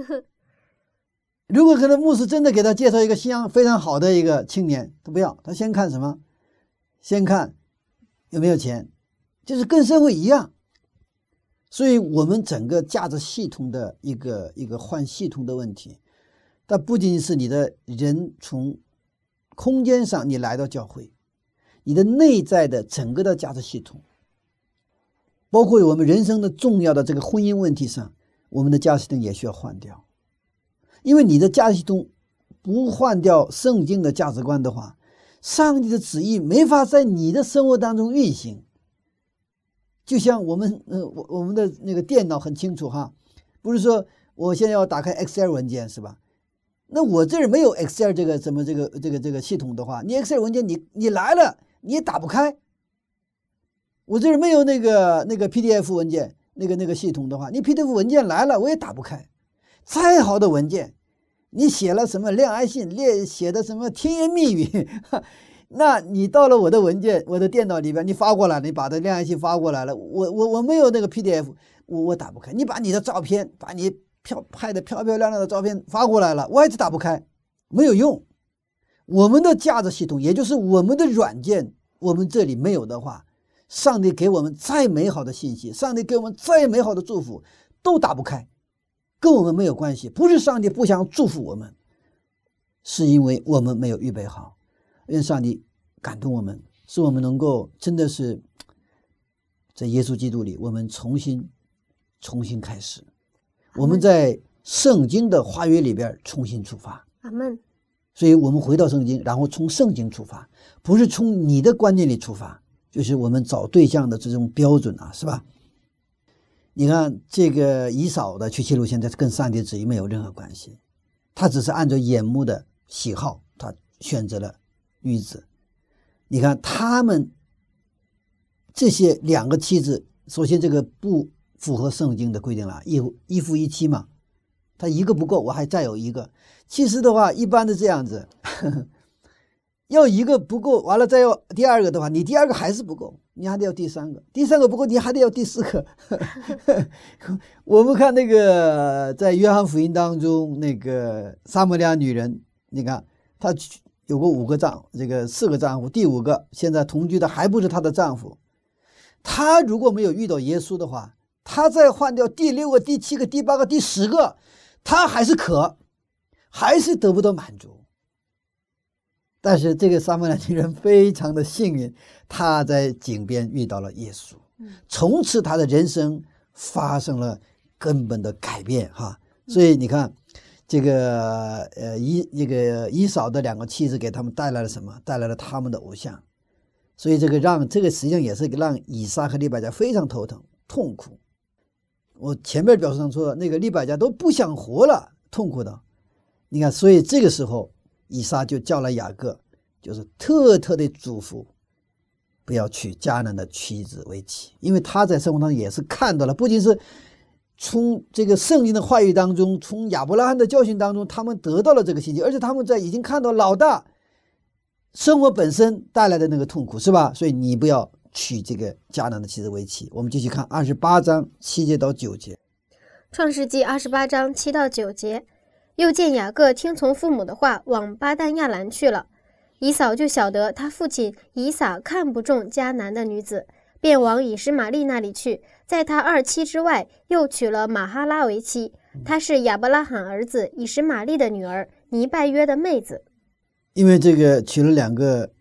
如果可能牧师真的给他介绍一个信仰非常好的一个青年，他不要，他先看什么？先看有没有钱，就是跟社会一样。所以我们整个价值系统的一个一个换系统的问题，但不仅仅是你的人从空间上你来到教会，你的内在的整个的价值系统，包括我们人生的重要的这个婚姻问题上，我们的价值系统也需要换掉。因为你的价值系统不换掉圣经的价值观的话，上帝的旨意没法在你的生活当中运行。就像我们呃我我们的那个电脑很清楚哈，不是说我现在要打开 Excel 文件是吧？那我这儿没有 Excel 这个什么这个这个这个系统的话，你 Excel 文件你你来了你也打不开。我这儿没有那个那个 P D F 文件那个那个系统的话，你 P D F 文件来了我也打不开。再好的文件，你写了什么恋爱信，列写的什么甜言蜜语，那你到了我的文件，我的电脑里边，你发过来了，你把这恋爱信发过来了，我我我没有那个 P D F， 我我打不开。你把你的照片，把你漂拍的漂漂亮亮的照片发过来了，我还是打不开，没有用。我们的价值系统，也就是我们的软件，我们这里没有的话，上帝给我们再美好的信息，上帝给我们再美好的祝福，都打不开。跟我们没有关系，不是上帝不想祝福我们，是因为我们没有预备好。愿上帝感动我们，使我们能够真的是在耶稣基督里，我们重新重新开始，我们在圣经的话语里边重新出发。 阿们。 所以我们回到圣经，然后从圣经出发，不是从你的观念里出发，就是我们找对象的这种标准啊，是吧？你看这个以扫的娶妻路线，这跟上帝的旨意没有任何关系，他只是按照眼目的喜好，他选择了女子。你看他们这些两个妻子，首先这个不符合圣经的规定了，一一夫一妻嘛，他一个不够，我还再有一个。其实的话，一般的这样子，呵呵要一个不够，完了再要第二个的话，你第二个还是不够，你还得要第三个，第三个不够，你还得要第四个。我们看那个在约翰福音当中，那个撒玛利亚女人，你看她有过五个丈，这个四个丈夫，第五个现在同居的还不是她的丈夫。她如果没有遇到耶稣的话，她再换掉第六个、第七个、第八个、第十个，她还是渴，还是得不到满足。但是这个撒玛利亚女人非常的幸运，她在井边遇到了耶稣，从此她的人生发生了根本的改变哈。所以你看，这个呃以这个以扫的两个妻子给他们带来了什么？带来了他们的偶像。所以这个让这个实际上也是让以撒和利百加非常头疼痛苦。我前面表述上说的那个利百加都不想活了，痛苦的。你看，所以这个时候以撒就叫了雅各，就是特特的嘱咐不要娶迦南的妻子为妻，因为他在生活当中也是看到了，不仅是从这个圣经的话语当中，从亚伯拉罕的教训当中，他们得到了这个信息，而且他们在已经看到老大生活本身带来的那个痛苦，是吧？所以你不要娶这个迦南的妻子为妻。我们继续看二十八章七节到九节。 创世纪二十八章七到九节，又见雅各听从父母的话，往巴旦亚兰去了。以扫就晓得他父亲以撒看不中迦南的女子，便往以实玛利那里去，在他二妻之外，又娶了玛哈拉为妻。她是亚伯拉罕儿子以实玛利的女儿，尼拜约的妹子。 因为这个娶了两个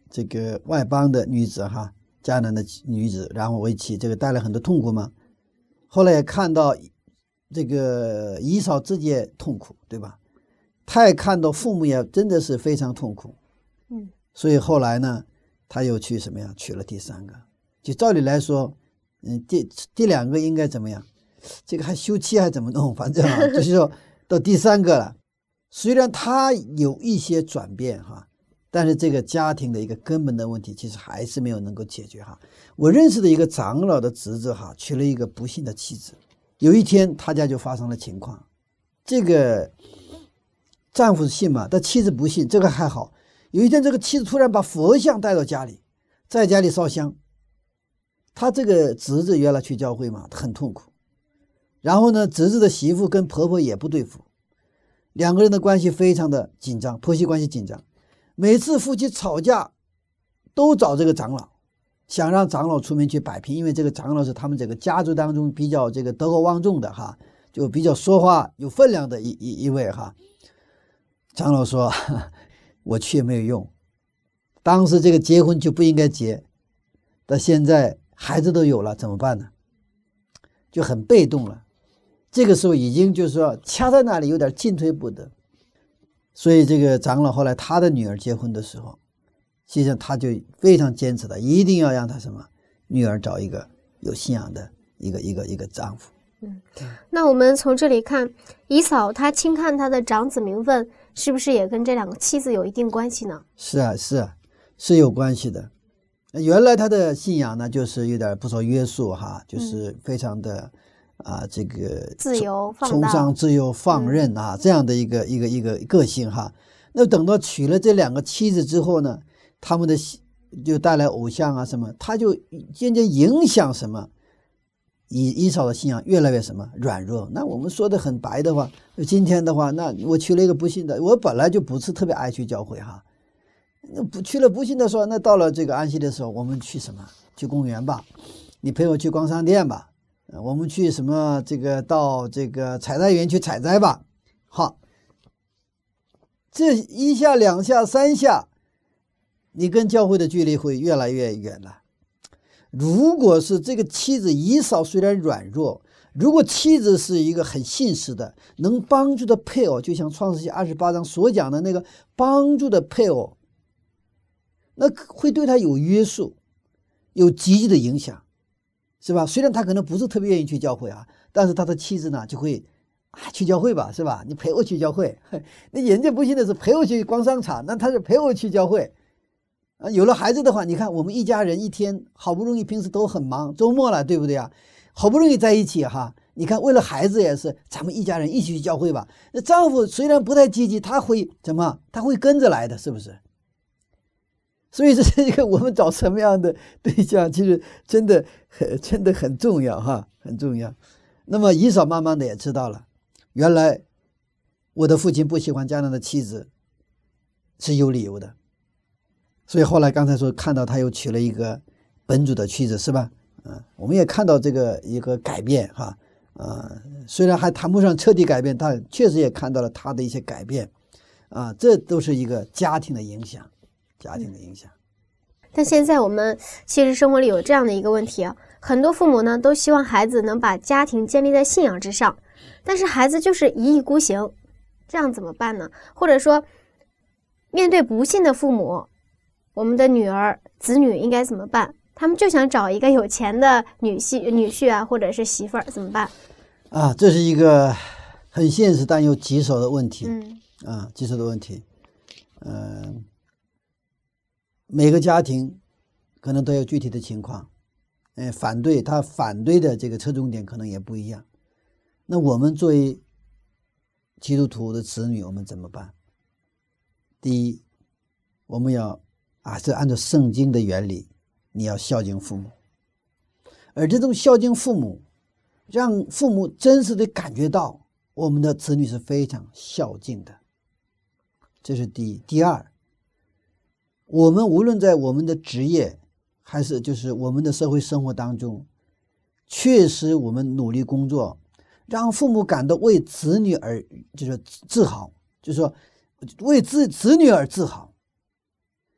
这个外邦的女子哈，迦南的女子，然后为妻，这个带来很多痛苦嘛。后来也看到这个以扫自己也痛苦，对吧？他也看到父母也真的是非常痛苦， 嗯， 所以后来呢，他又去什么样，娶了第三个。就照理来说，嗯，第第两个应该怎么样？这个还休妻还怎么弄？反正啊，就是说到第三个了。虽然他有一些转变哈，但是这个家庭的一个根本的问题，其实还是没有能够解决哈。我认识的一个长老的侄子哈，娶了一个不幸的妻子。有一天他家就发生了情况，这个丈夫信嘛，但妻子不信，这个还好。有一天这个妻子突然把佛像带到家里，在家里烧香。他这个侄子原来去教会嘛，很痛苦。然后呢，侄子的媳妇跟婆婆也不对付，两个人的关系非常的紧张，婆媳关系紧张。每次夫妻吵架都找这个长老，想让长老出面去摆平，因为这个长老是他们这个家族当中比较这个德高望重的哈，就比较说话有分量的一一一位哈。长老说，我去也没有用，当时这个结婚就不应该结，但现在孩子都有了，怎么办呢？就很被动了。这个时候已经就是说掐在那里，有点进退不得。所以这个长老后来他的女儿结婚的时候，实际上他就非常坚持的，一定要让他什么女儿找一个有信仰的一个一个一个丈夫。 嗯，那我们从这里看，以扫他轻看他的长子名分，是不是也跟这两个妻子有一定关系呢？ 是啊，是啊，是有关系的。原来他的信仰呢，就是有点不受约束哈，就是非常的、嗯、啊，这个自由放崇尚自由放任啊、嗯，这样的一个一个一个个性哈。那等到娶了这两个妻子之后呢，他们的就带来偶像啊什么，他就渐渐影响什么以以扫的信仰越来越什么软弱。那我们说的很白的话，今天的话，那我娶了一个不信的，我本来就不是特别爱去教会哈。那不去了不信的说，那到了这个安息的时候，我们去什么？去公园吧，你陪我去逛商店吧，我们去什么这个到这个采摘园去采摘吧。好，这一下两下三下，你跟教会的距离会越来越远了。如果是这个妻子以扫虽然软弱，如果妻子是一个很信实的，能帮助的配偶，就像创世纪二十八章所讲的那个帮助的配偶，那会对他有约束，有积极的影响，是吧？虽然他可能不是特别愿意去教会啊，但是他的妻子呢就会啊去教会吧，是吧？你陪我去教会。那人家不信的是陪我去逛商场，那他是陪我去教会啊。有了孩子的话，你看我们一家人一天好不容易平时都很忙，周末了，对不对啊？好不容易在一起哈，你看为了孩子也是，咱们一家人一起去教会吧。那丈夫虽然不太积极，他会怎么？他会跟着来的，是不是？所以这是一个我们找什么样的对象，其实真的很真的很重要哈，很重要。那么以扫慢慢的也知道了，原来我的父亲不喜欢迦南的妻子是有理由的，所以后来刚才说看到他又娶了一个本主的妻子，是吧？嗯，我们也看到这个一个改变哈，啊，虽然还谈不上彻底改变，但确实也看到了他的一些改变，啊，这都是一个家庭的影响。家庭的影响。 但现在我们其实生活里有这样的一个问题啊，很多父母呢都希望孩子能把家庭建立在信仰之上，但是孩子就是一意孤行，这样怎么办呢？或者说面对不信的父母，我们的女儿子女应该怎么办？他们就想找一个有钱的女婿女婿啊，或者是媳妇儿，怎么办啊？这是一个很现实但又棘手的问题。 嗯啊，棘手的问题。嗯、呃。每个家庭可能都有具体的情况，呃，反对他反对的这个侧重点可能也不一样。那我们作为基督徒的子女，我们怎么办？第一，我们要啊，是按照圣经的原理，你要孝敬父母，而这种孝敬父母，让父母真实的感觉到我们的子女是非常孝敬的，这是第一。第二，我们无论在我们的职业还是就是我们的社会生活当中，确实我们努力工作，让父母感到为子女而就是自豪，就是说为自子女而自豪。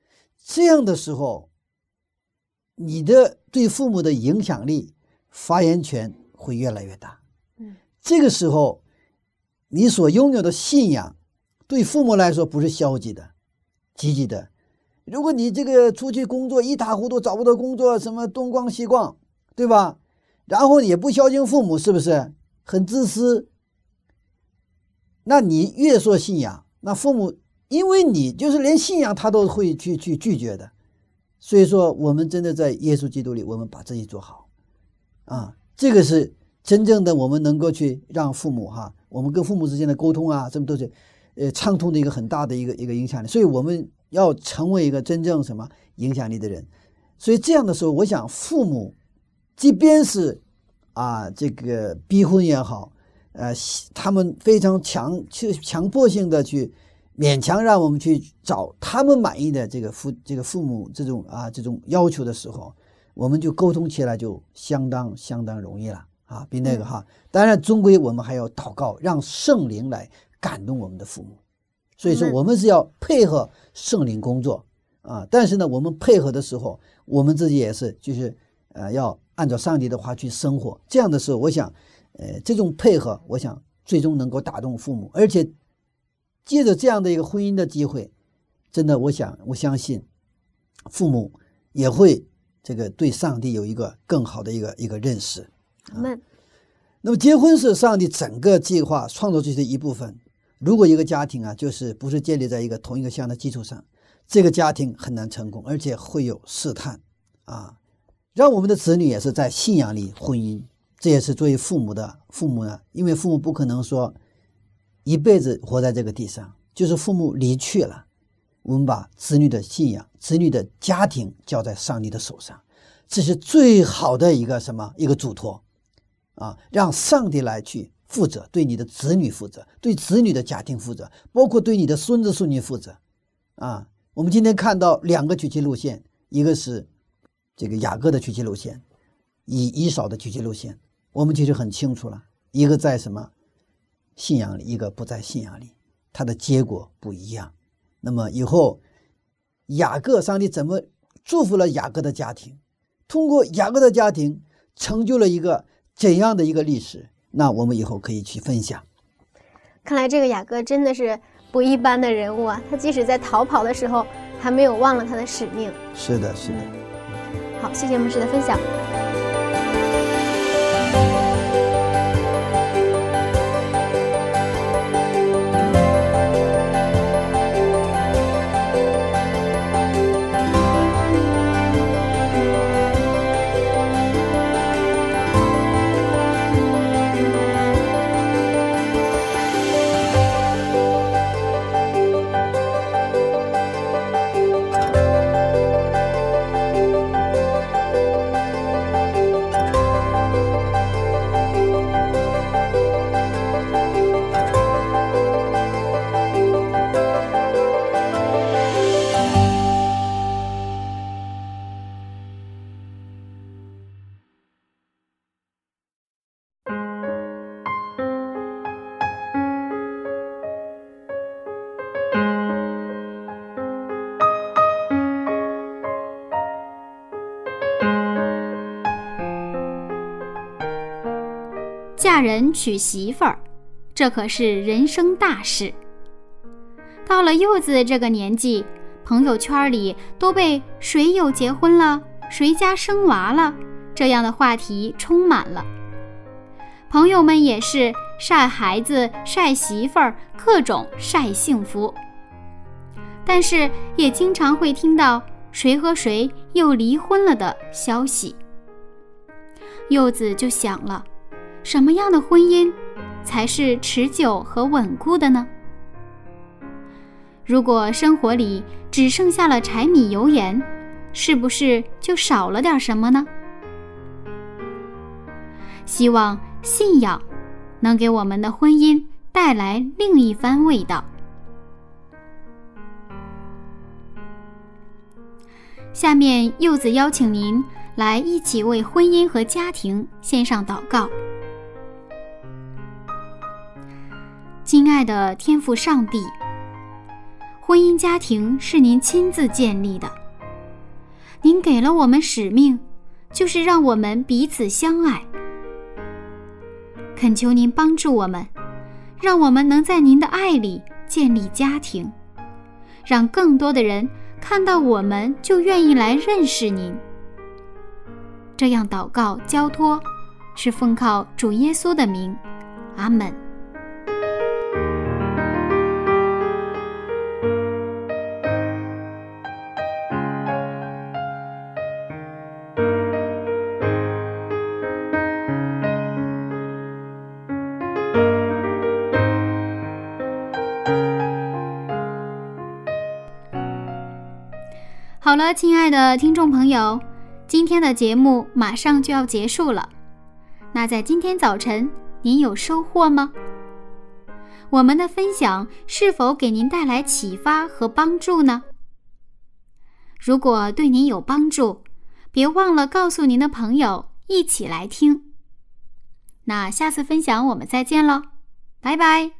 这样的时候，你的对父母的影响力、发言权会越来越大。 嗯， 这个时候，你所拥有的信仰，对父母来说不是消极的，积极的。如果你这个出去工作一塌糊涂，找不到工作，什么东逛西逛，对吧？然后也不孝敬父母，是不是很自私？那你越说信仰，那父母因为你就是连信仰他都会去去拒绝的。所以说，我们真的在耶稣基督里，我们把自己做好啊，这个是真正的我们能够去让父母哈，我们跟父母之间的沟通啊，这么都是呃畅通的一个很大的一个一个影响力。所以我们要成为一个真正什么影响力的人。所以这样的时候，我想父母即便是啊这个逼婚也好，呃他们非常强去强迫性的去勉强让我们去找他们满意的这个父这个父母这种啊这种要求的时候，我们就沟通起来就相当相当容易了啊，比那个哈。当然，终归我们还要祷告，让圣灵来感动我们的父母。所以说，我们是要配合圣灵工作啊。但是呢，我们配合的时候，我们自己也是就是呃要按照上帝的话去生活。这样的时候，我想，呃，这种配合，我想最终能够打动父母，而且。借着这样的一个婚姻的机会，真的，我想，我相信，父母也会这个对上帝有一个更好的一个一个认识。 阿们。 那么，结婚是上帝整个计划创造出的一部分。如果一个家庭啊，就是不是建立在一个同一个项的基础上，这个家庭很难成功，而且会有试探啊。让我们的子女也是在信仰里婚姻，这也是作为父母的父母呢，因为父母不可能说。一辈子活在这个地上，就是父母离去了，我们把子女的信仰、子女的家庭交在上帝的手上，这是最好的一个什么一个嘱托啊！让上帝来去负责，对你的子女负责，对子女的家庭负责，包括对你的孙子孙女负责啊！我们今天看到两个娶妻路线，一个是这个雅各的娶妻路线，以以扫的娶妻路线，我们其实很清楚了，一个在什么？信仰里，一个不在信仰里，它的结果不一样。那么以后雅各，上帝怎么祝福了雅各的家庭，通过雅各的家庭成就了一个怎样的一个历史，那我们以后可以去分享。 看来这个雅各真的是不一般的人物啊，他即使在逃跑的时候还没有忘了他的使命。 是的，是的。 好，谢谢牧师的分享。 嫁人娶媳妇儿，这可是人生大事。到了柚子这个年纪，朋友圈里都被谁又结婚了，谁家生娃了这样的话题充满了。朋友们也是晒孩子、晒媳妇儿，各种晒幸福。但是也经常会听到谁和谁又离婚了的消息。柚子就想了，什么样的婚姻才是持久和稳固的呢？如果生活里只剩下了柴米油盐，是不是就少了点什么呢？希望信仰能给我们的婚姻带来另一番味道。下面柚子邀请您来一起为婚姻和家庭献上祷告。亲爱的天父上帝，婚姻家庭是您亲自建立的， 您给了我们使命，就是让我们彼此相爱。恳求您帮助我们，让我们能在您的爱里建立家庭，让更多的人看到我们就愿意来认识您。这样祷告交托，是奉靠主耶稣的名，阿们。好了，亲爱的听众朋友，今天的节目马上就要结束了。那在今天早晨，您有收获吗？我们的分享是否给您带来启发和帮助呢？如果对您有帮助，别忘了告诉您的朋友一起来听。那下次分享我们再见了，拜拜。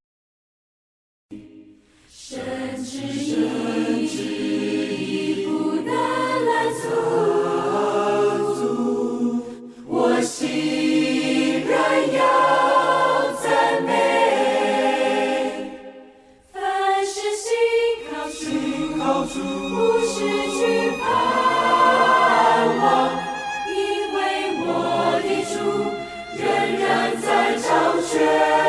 神之意，之意不能来做主，我心仍要赞美。凡事信靠主，信靠主，不失去盼望，因为我的主仍然在掌权。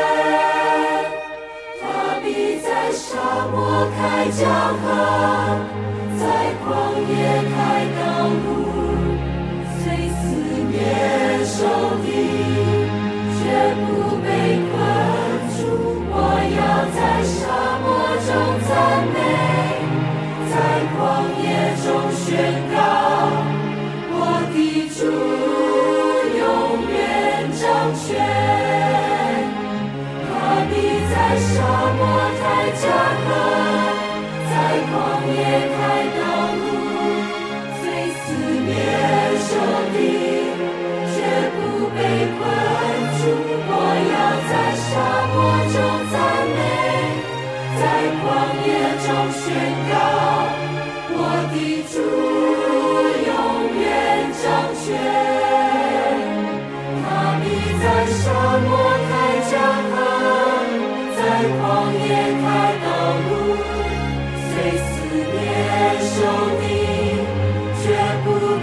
沙漠开江河，在旷野开道路，虽四面受敌，绝不被困住。我要在沙漠中赞美，在旷野中宣告，我的主永远掌权。他必在沙漠开江河，在旷野开道路，虽四面受敌，绝不被困住。我要在沙漠中赞美，在旷野中宣告，我的主永远掌权。他必在沙漠开江河，在旷野开道路，虽四面受敌，绝不